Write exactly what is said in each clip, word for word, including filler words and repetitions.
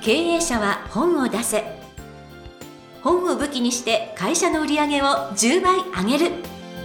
経営者は本を出せ。本を武器にして会社の売り上げをじゅうばい上げる。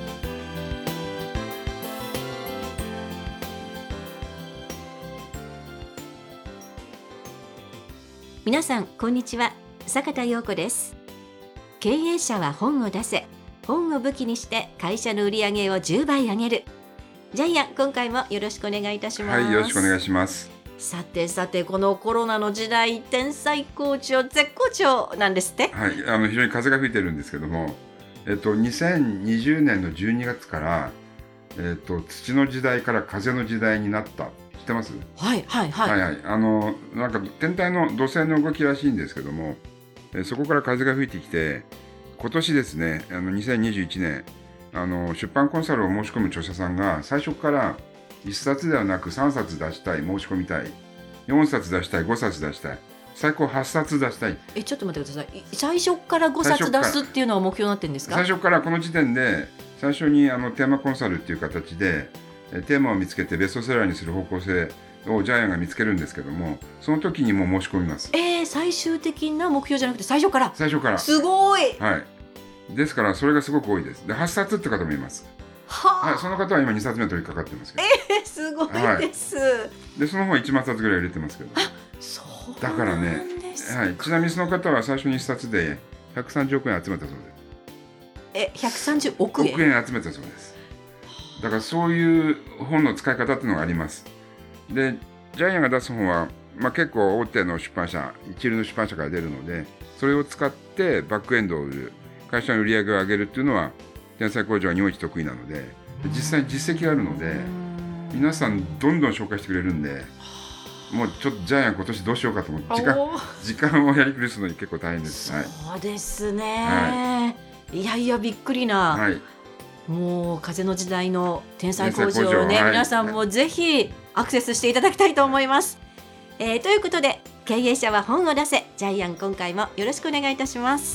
皆さんこんにちは、坂田陽子です。経営者は本を出せ。本を武器にして会社の売り上げをじゅうばい上げる。ジャイアン、今回もよろしくお願いいたします。 はい、よろしくお願いします。 さてさて、このコロナの時代、天才好調絶好調なんですって。 はい、あの非常に風が吹いてるんですけども、えっと、にせんにじゅうねんのじゅうにがつから、えっと、土の時代から風の時代になった。知ってます？ はいはいはい。 はいはい。あの、なんか天体の土星の動きらしいんですけども、えそこから風が吹いてきて、今年ですね、あのにせんにじゅういちねん、あの出版コンサルを申し込む著者さんが最初からいっさつではなくさんさつ出したい、申し込みたい、よんさつ出したい、ごさつ出したい、最高はっさつ出したい。 えちょっと待ってください。最初からごさつ出すっていうのは目標になってるんですか？ 最初からこの時点で最初にあのテーマコンサルっていう形でテーマを見つけてベストセラーにする方向性をジャイアンが見つけるんですけども、その時にもう申し込みます。 えー、最終的な目標じゃなくて最初から最初からすごい。 はい。ですからそれがすごく多いです。ではっさつって方もいます。 はあ、 はい、その方は今にさつめ取り掛かってますけど、 えー、すごいです、はい、 でその方はいちまんさつぐらい入れてますけど、 あ、そうだからね、はい、ちなみにその方は最初にいっさつでひゃくさんじゅうおくえん集めたそうです。 えひゃくさんじゅうおくえん億円集めたそうです。だからそういう本の使い方っていうのがあります。でジャイアンが出す本は、まあ、結構大手の出版社、一流の出版社から出るので、それを使ってバックエンドを売る、会社の売り上げを上げるっていうのは天才工場は日本一得意なので、実際に実績があるので皆さんどんどん紹介してくれるんで、もうちょっとジャイアン今年どうしようかと思って時間時間をやりくりするのに結構大変です。 そうですね、はい、いやいやびっくりな、はい、もう風の時代の天才工場をね、はい、皆さんもぜひアクセスしていただきたいと思います、えー、ということで経営者は本を出せ。ジャイアン、今回もよろしくお願いいたします。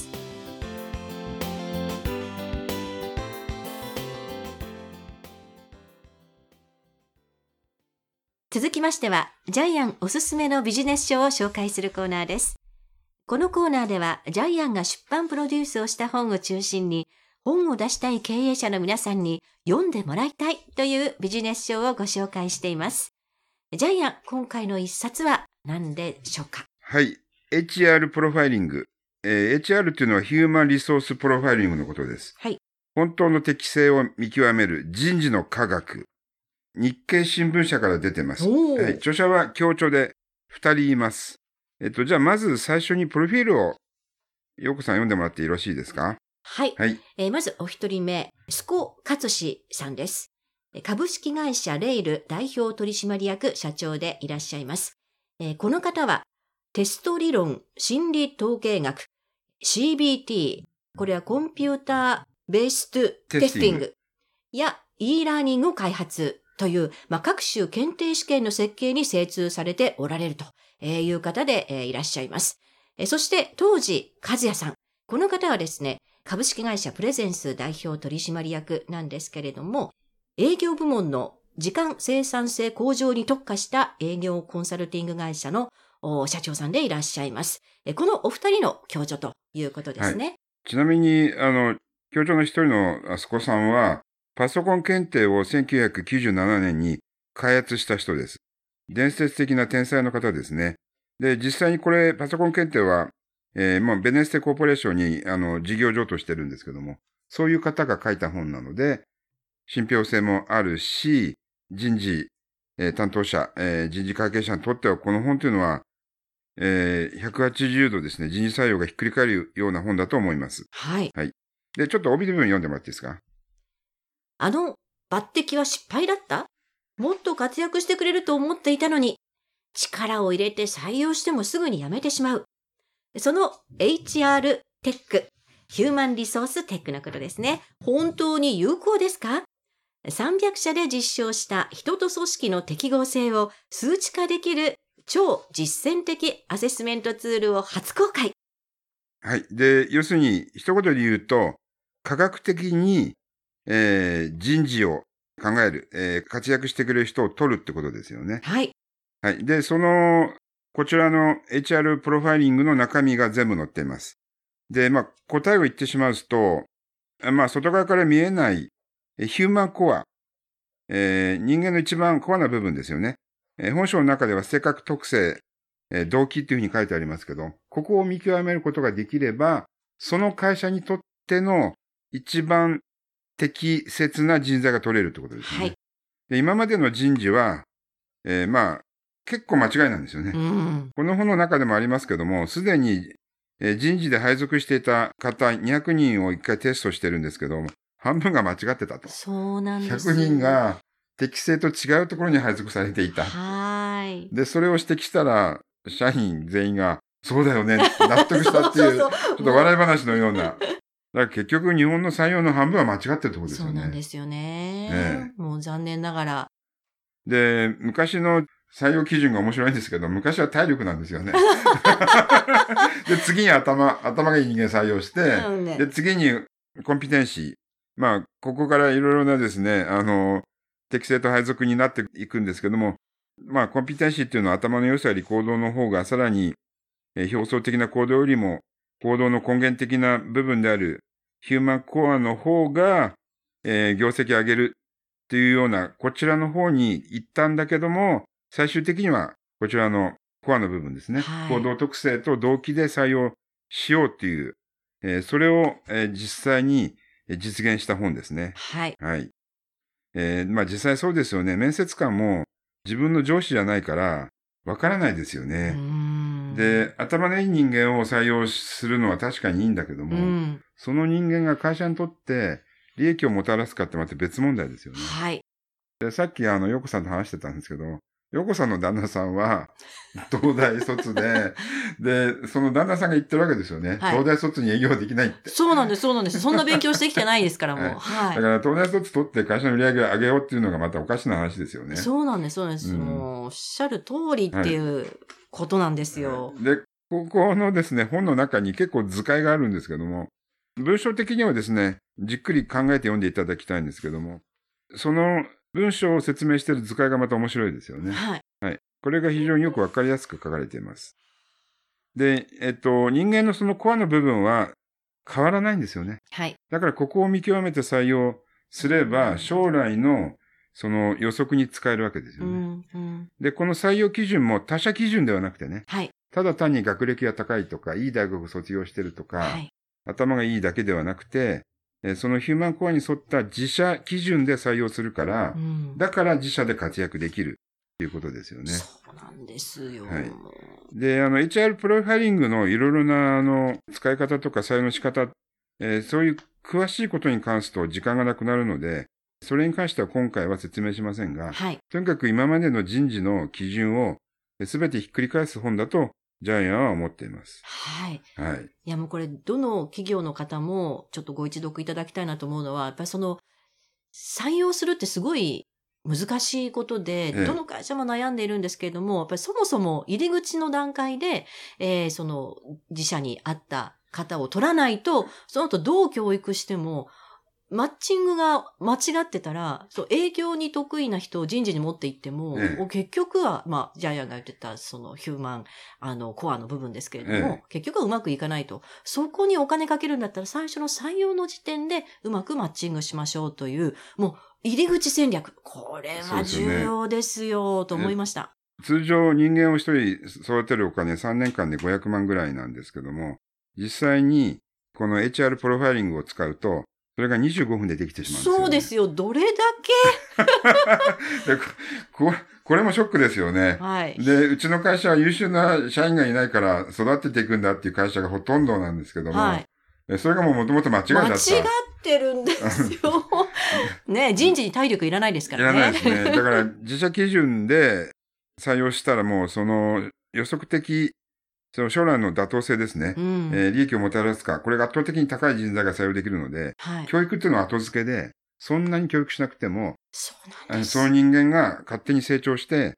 続きましてはジャイアンおすすめのビジネス書を紹介するコーナーです。このコーナーではジャイアンが出版プロデュースをした本を中心に、本を出したい経営者の皆さんに読んでもらいたいというビジネス書をご紹介しています。ジャイアン、今回の一冊は何でしょうか？ はい、 エイチアール プロファイリング、えー、エイチアール というのはヒューマンリソースプロファイリングのことです。 はい。 本当の適性を見極める人事の科学、日経新聞社から出てます。はい、著者は共著でふたりいます。えっと、じゃあまず最初にプロフィールを陽子さん読んでもらってよろしいですか？ はい、はい、えー、まずお一人目、須古勝志さんです。株式会社レイル代表取締役社長でいらっしゃいます。えー、この方はテスト理論心理統計学 シービーティー、 これはコンピューターベーストテスティングや e ラーニングを開発という、まあ、各種検定試験の設計に精通されておられるという方で、えー、いらっしゃいます。えー、そして当時和也さん、この方はですね、株式会社プレゼンス代表取締役なんですけれども、営業部門の時間生産性向上に特化した営業コンサルティング会社の社長さんでいらっしゃいます。このお二人の共著ということですね。はい、 ちなみに、あの、共著の一人の須古さんは、パソコン検定をせんきゅうひゃくきゅうじゅうななねんに開発した人です。伝説的な天才の方ですね。で、実際にこれ、パソコン検定は、えー、まあ、ベネステコーポレーションに、あの、事業譲渡してるんですけども、そういう方が書いた本なので、信憑性もあるし、人事、えー、担当者、えー、人事関係者にとってはこの本というのは、えー、ひゃくはちじゅうどですね、人事採用がひっくり返るような本だと思います。 はい。 はい。で、ちょっと帯の部分読んでもらっていいですか？ あの抜擢は失敗だった？もっと活躍してくれると思っていたのに、力を入れて採用してもすぐに辞めてしまう。その エイチアール テック、ヒューマンリソーステックのことですね。本当に有効ですか？さんびゃくしゃで実証した人と組織の適合性を数値化できる超実践的アセスメントツールを初公開。 はい。で、要するに一言で言うと、科学的に、えー、人事を考える、えー、活躍してくれる人を取るってことですよね。 はい。 はい。で、そのこちらの エイチアール プロファイリングの中身が全部載っています。で、まあ、答えを言ってしまうと、まあ、外側から見えないヒューマンコア、えー、人間の一番コアな部分ですよね。えー、本書の中では性格特性、えー、動機っていうふうに書いてありますけど、ここを見極めることができれば、その会社にとっての一番適切な人材が取れるってことですね。はい。で、今までの人事は、えー、まあ、結構間違いなんですよね。うん、この本の中でもありますけども、すでに、えー、人事で配属していた方にひゃくにんを一回テストしてるんですけども、半分が間違ってたと。 そうなんです。 ひゃくにんが適正と違うところに配属されていた。 はい。 で、それを指摘したら、社員全員が、そうだよね、納得したっていう、そうそうそうちょっと笑い話のような。だから結局日本の採用の半分は間違ってるってことですよね。 そうなんですよね。ええ、もう残念ながら。 で、昔の採用基準が面白いんですけど、昔は体力なんですよね。で、次に頭、頭がいい人間採用して、ね、で、次にコンピテンシー。まあ、ここからいろいろなですね、あの、適正と配属になっていくんですけども、まあ、コンピテンシーっていうのは頭の良さより行動の方がさらに、えー、表層的な行動よりも行動の根源的な部分であるヒューマンコアの方が、えー、業績を上げるっていうような、こちらの方に行ったんだけども、最終的にはこちらのコアの部分ですね。はい、行動特性と動機で採用しようっていう、えー、それを、えー、実際に実現した本ですね。 はい。 はい。えー、まあ実際そうですよね。面接官も自分の上司じゃないからわからないですよね。で、頭のいい人間を採用するのは確かにいいんだけども、その人間が会社にとって利益をもたらすかってまた別問題ですよね。 はい。 で、さっきあの、ヨコさんと話してたんですけど、ヨコさんの旦那さんは、東大卒で、で、その旦那さんが言ってるわけですよね。はい、東大卒に営業できないって。 そうなんです、そうなんです。そんな勉強してきてないですから、もう。 はい。だから、東大卒取って会社の売り上げを上げようっていうのがまたおかしな話ですよね。 そうなんです、そうなんです。うん、もう、おっしゃる通りっていうことなんですよ。 はい、で、ここのですね、本の中に結構図解があるんですけども、文章的にはですね、じっくり考えて読んでいただきたいんですけども、その文章を説明している図解がまた面白いですよね。 はい。 はい。これが非常によくわかりやすく書かれています。で、えっと、人間のそのコアの部分は変わらないんですよね。 はい。 だからここを見極めて採用すれば、将来のその予測に使えるわけですよね。うんうん、で、この採用基準も他者基準ではなくてね。 はい。 ただ単に学歴が高いとか、いい大学を卒業してるとか、はい、頭がいいだけではなくて、そのヒューマンコアに沿った自社基準で採用するから、うん、だから自社で活躍できるっていうことですよね。 そうなんですよ。 はい。で、あの、エイチアール プロファイリングのいろいろな、あの、使い方とか採用の仕方、えー、そういう詳しいことに関すと時間がなくなるので、それに関しては今回は説明しませんが、はい、とにかく今までの人事の基準をすべてひっくり返す本だと、ジャイアンは思っています。 はい。 はい。 いやもうこれ、どの企業の方もちょっとご一読いただきたいなと思うのは、やっぱりその、採用するってすごい難しいことで、ええ、どの会社も悩んでいるんですけれども、やっぱりそもそも入り口の段階で、えー、その自社に合った方を取らないと、その後どう教育しても、マッチングが間違ってたら、そう、営業に得意な人を人事に持っていっても、ええ、結局は、まあ、ジャイアンが言ってた、その、ヒューマン、あの、コアの部分ですけれども、ええ、結局はうまくいかないと。そこにお金かけるんだったら、最初の採用の時点でうまくマッチングしましょうという、もう、入り口戦略。これは重要ですよ、と思いました。 通常、人間を一人育てるお金さんねんかんでごひゃくまんぐらいなんですけども、実際に、この エイチアール プロファイリングを使うと、それがにじゅうごふんでできてしまうんですよ、ね。 そうですよ。どれだけでこ、これもショックですよね。はい。で、うちの会社は優秀な社員がいないから育てていくんだっていう会社がほとんどなんですけども、はい、それがもうもともと間違いだった。間違ってるんですよ。ね、人事に体力いらないですからね。 いらないですね。だから自社基準で採用したらもうその予測的その将来の妥当性ですね、うんえー。利益をもたらすか。これが圧倒的に高い人材が採用できるので、はい、教育っていうのは後付けで、そんなに教育しなくても、 そうなんです。 その人間が勝手に成長して、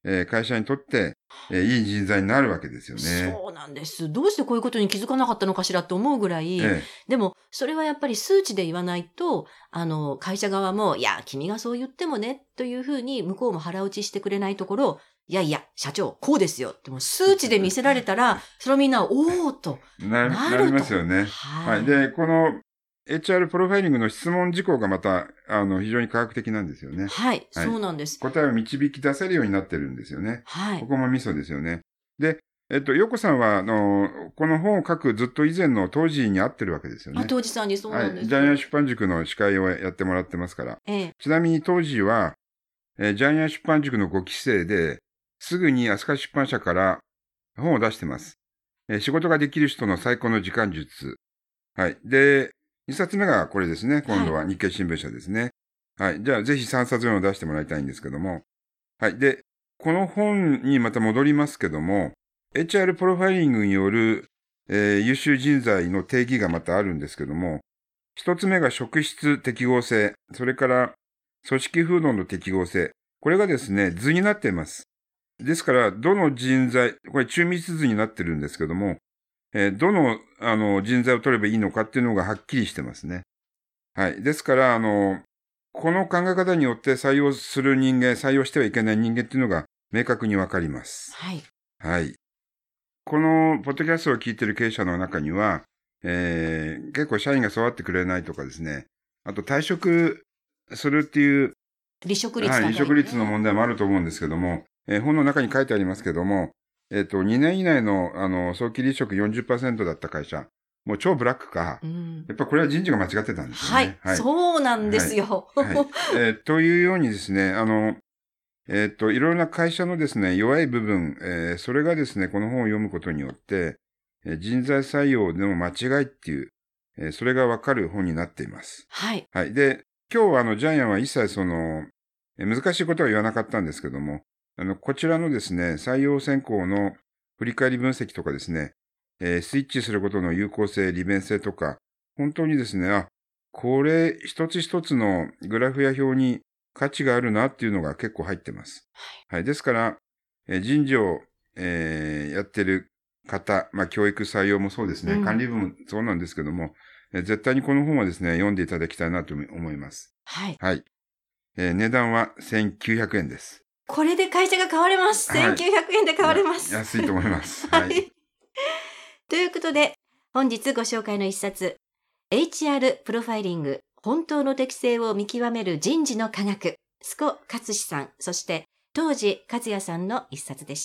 えー、会社にとって、えー、いい人材になるわけですよね。 そうなんです。どうしてこういうことに気づかなかったのかしらと思うぐらい、 ええ、 でもそれはやっぱり数値で言わないと、あの、会社側も、いや、君がそう言ってもね、というふうに向こうも腹打ちしてくれないところ、いやいや、社長、こうですよ。でも数値で見せられたら、それはみんな、おーとなると。 な、なりますよね。 はい。 はい。で、この エイチアール プロファイリングの質問事項がまた、あの、非常に科学的なんですよね。 はい。 はい、 そうなんです。 答えを導き出せるようになってるんですよね。 はい。 ここもミソですよね。で、えっと、ヨコさんは、あの、この本を書くずっと以前の当時に会ってるわけですよね。 あ、当時さんにそうなんです。 はい。ジャイアン出版塾の司会をやってもらってますから。 ええ、 ちなみに当時は、えー、ジャイアン出版塾のごきせいで、すぐに飛鳥出版社から本を出してます。えー、仕事ができる人の最高の時間術。はい。で、にさつめがこれですね。今度は日経新聞社ですね。はい。はい、じゃあ、ぜひさんさつめを出してもらいたいんですけども。はい。で、この本にまた戻りますけども、エイチアール プロファイリングによる、えー、優秀人材の定義がまたあるんですけども、一つ目が職質適合性、それから組織風土の適合性。これがですね、図になっています。ですから、どの人材、これ中密図になってるんですけども、えー、どの、あの、人材を取ればいいのかっていうのがはっきりしてますね。はい。ですから、あの、この考え方によって採用する人間、採用してはいけない人間っていうのが明確にわかります。 はい。 はい。このポッドキャストを聞いている経営者の中には、えー、結構社員が育ってくれないとかですね、あと退職するっていう、 離職率、 はい、離職率の問題もあると思うんですけども、えー、本の中に書いてありますけども、えっと、にねん以内の、あの、早期離職 よんじゅっパーセント だった会社、もう超ブラックか、うん、やっぱこれは人事が間違ってたんですよね。 はい。はい、そうなんですよ。 はいはい、えー、というようにですね、あの、えっと、いろいろな会社のですね、弱い部分、えー、それがですね、この本を読むことによって、えー、人材採用での間違いっていう、えー、それがわかる本になっています。 はい。 はい。で、今日はあの、ジャイアンは一切その、えー、難しいことは言わなかったんですけども、あの、こちらのですね、採用選考の振り返り分析とかですね、えー、スイッチすることの有効性、利便性とか、本当にですね、あ、これ一つ一つのグラフや表に価値があるなっていうのが結構入ってます。はい。はい、ですから、えー、人事を、えー、やってる方、まあ、教育採用もそうですね、うん、管理部もそうなんですけども、えー、絶対にこの本はですね、読んでいただきたいなと思います。 はい。 はい。えー、値段はせんきゅうひゃくえんです。 これで会社が買われます。せんきゅうひゃくえんで買われます。 はい、安いと思います。 はい。ということで、本日ご紹介の一冊、エイチアール プロファイリング、本当の適性を見極める人事の科学、須古勝志さん、そして当時和也さんの一冊でした。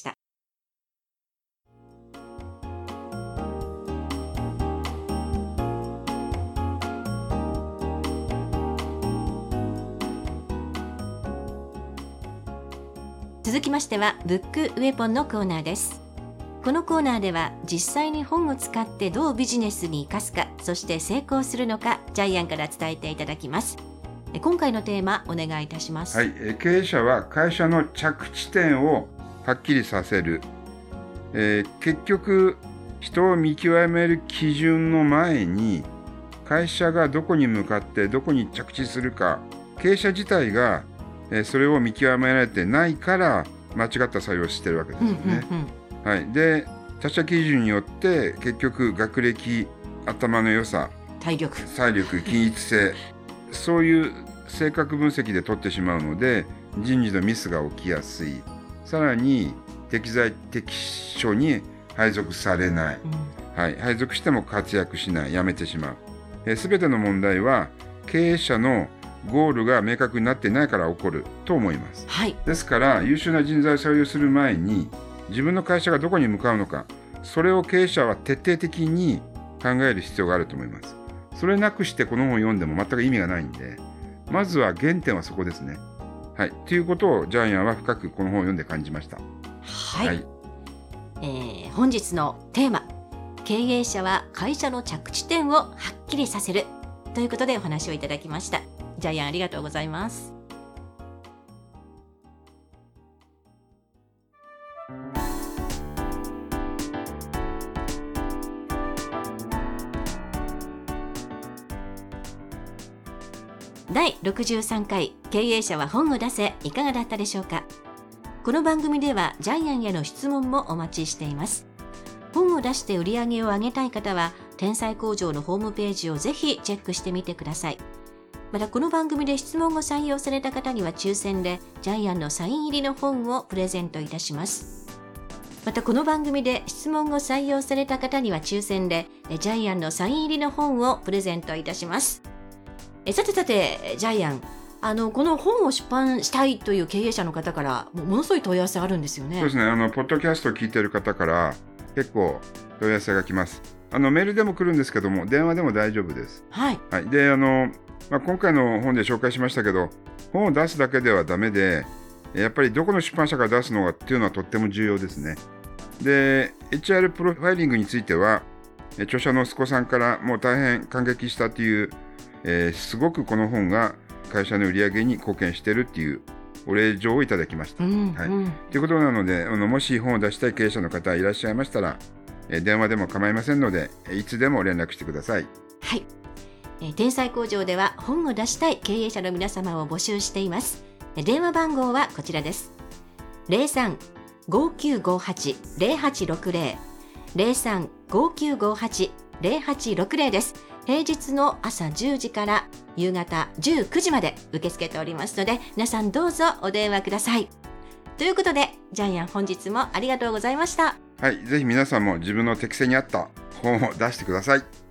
続きましてはブックウェポンのコーナーです。このコーナーでは実際に本を使ってどうビジネスに生かすか、そして成功するのか、ジャイアンから伝えていただきます。今回のテーマお願いいたします。 はい、経営者は会社の着地点をはっきりさせる。えー、結局人を見極める基準の前に会社がどこに向かってどこに着地するか、経営者自体がそれを見極められてないから間違った採用をしてるわけですよね。うんうんうん、はい。で、他者基準によって結局学歴、頭の良さ、 体力、 体力、均一性、そういう性格分析で取ってしまうので人事のミスが起きやすい。さらに適材適所に配属されない。うん、はい。配属しても活躍しない。辞めてしまう。すべての問題は経営者のゴールが明確になってないから起こると思います。 はい。 ですから優秀な人材を採用する前に自分の会社がどこに向かうのか、それを経営者は徹底的に考える必要があると思います。それなくしてこの本を読んでも全く意味がないんで、まずは原点はそこですね。はい。ということをジャイアンは深くこの本を読んで感じました。 はい。はい、えー、本日のテーマ、経営者は会社の着地点をはっきりさせるということでお話をいただきました。ジャイアンありがとうございます。だいろくじゅうさんかい経営者は本を出せ、いかがだったでしょうか。 この番組ではジャイアンへの質問もお待ちしています。本を出して売り上げを上げたい方は、天才工場のホームページをぜひチェックしてみてください。またこの番組で質問を採用された方には抽選でジャイアンのサイン入りの本をプレゼントいたします。またこの番組で質問を採用された方には抽選でジャイアンのサイン入りの本をプレゼントいたします。えさてさてジャイアン、あのこの本を出版したいという経営者の方からものすごい問い合わせあるんですよね。 そうですね。あのポッドキャストを聞いている方から結構問い合わせが来ます。あのメールでも来るんですけども、電話でも大丈夫です。 はい。 はい、であのまあ、今回の本で紹介しましたけど、本を出すだけではダメで、やっぱりどこの出版社が出すのかっていうのはとっても重要ですね。で エイチアール プロファイリングについては、著者の息子さんからもう大変感激したという、えー、すごくこの本が会社の売り上げに貢献しているっていうお礼状をいただきました。 うんはい、 うん、 ということなので、あのもし本を出したい経営者の方いらっしゃいましたら、えー、電話でも構いませんので、いつでも連絡してください。 はい。天才工場では本を出したい経営者の皆様を募集しています。電話番号はこちらです。ゼロさん ごきゅうごはち ゼロはちろくゼロ ゼロさん ごきゅうごはち ゼロはちろくゼロです。平日の朝じゅうじから夕方じゅうくじまで受け付けておりますので、皆さんどうぞお電話ください。ということでジャイアン、本日もありがとうございました。 はい、ぜひ皆さんも自分の適性に合った本を出してください。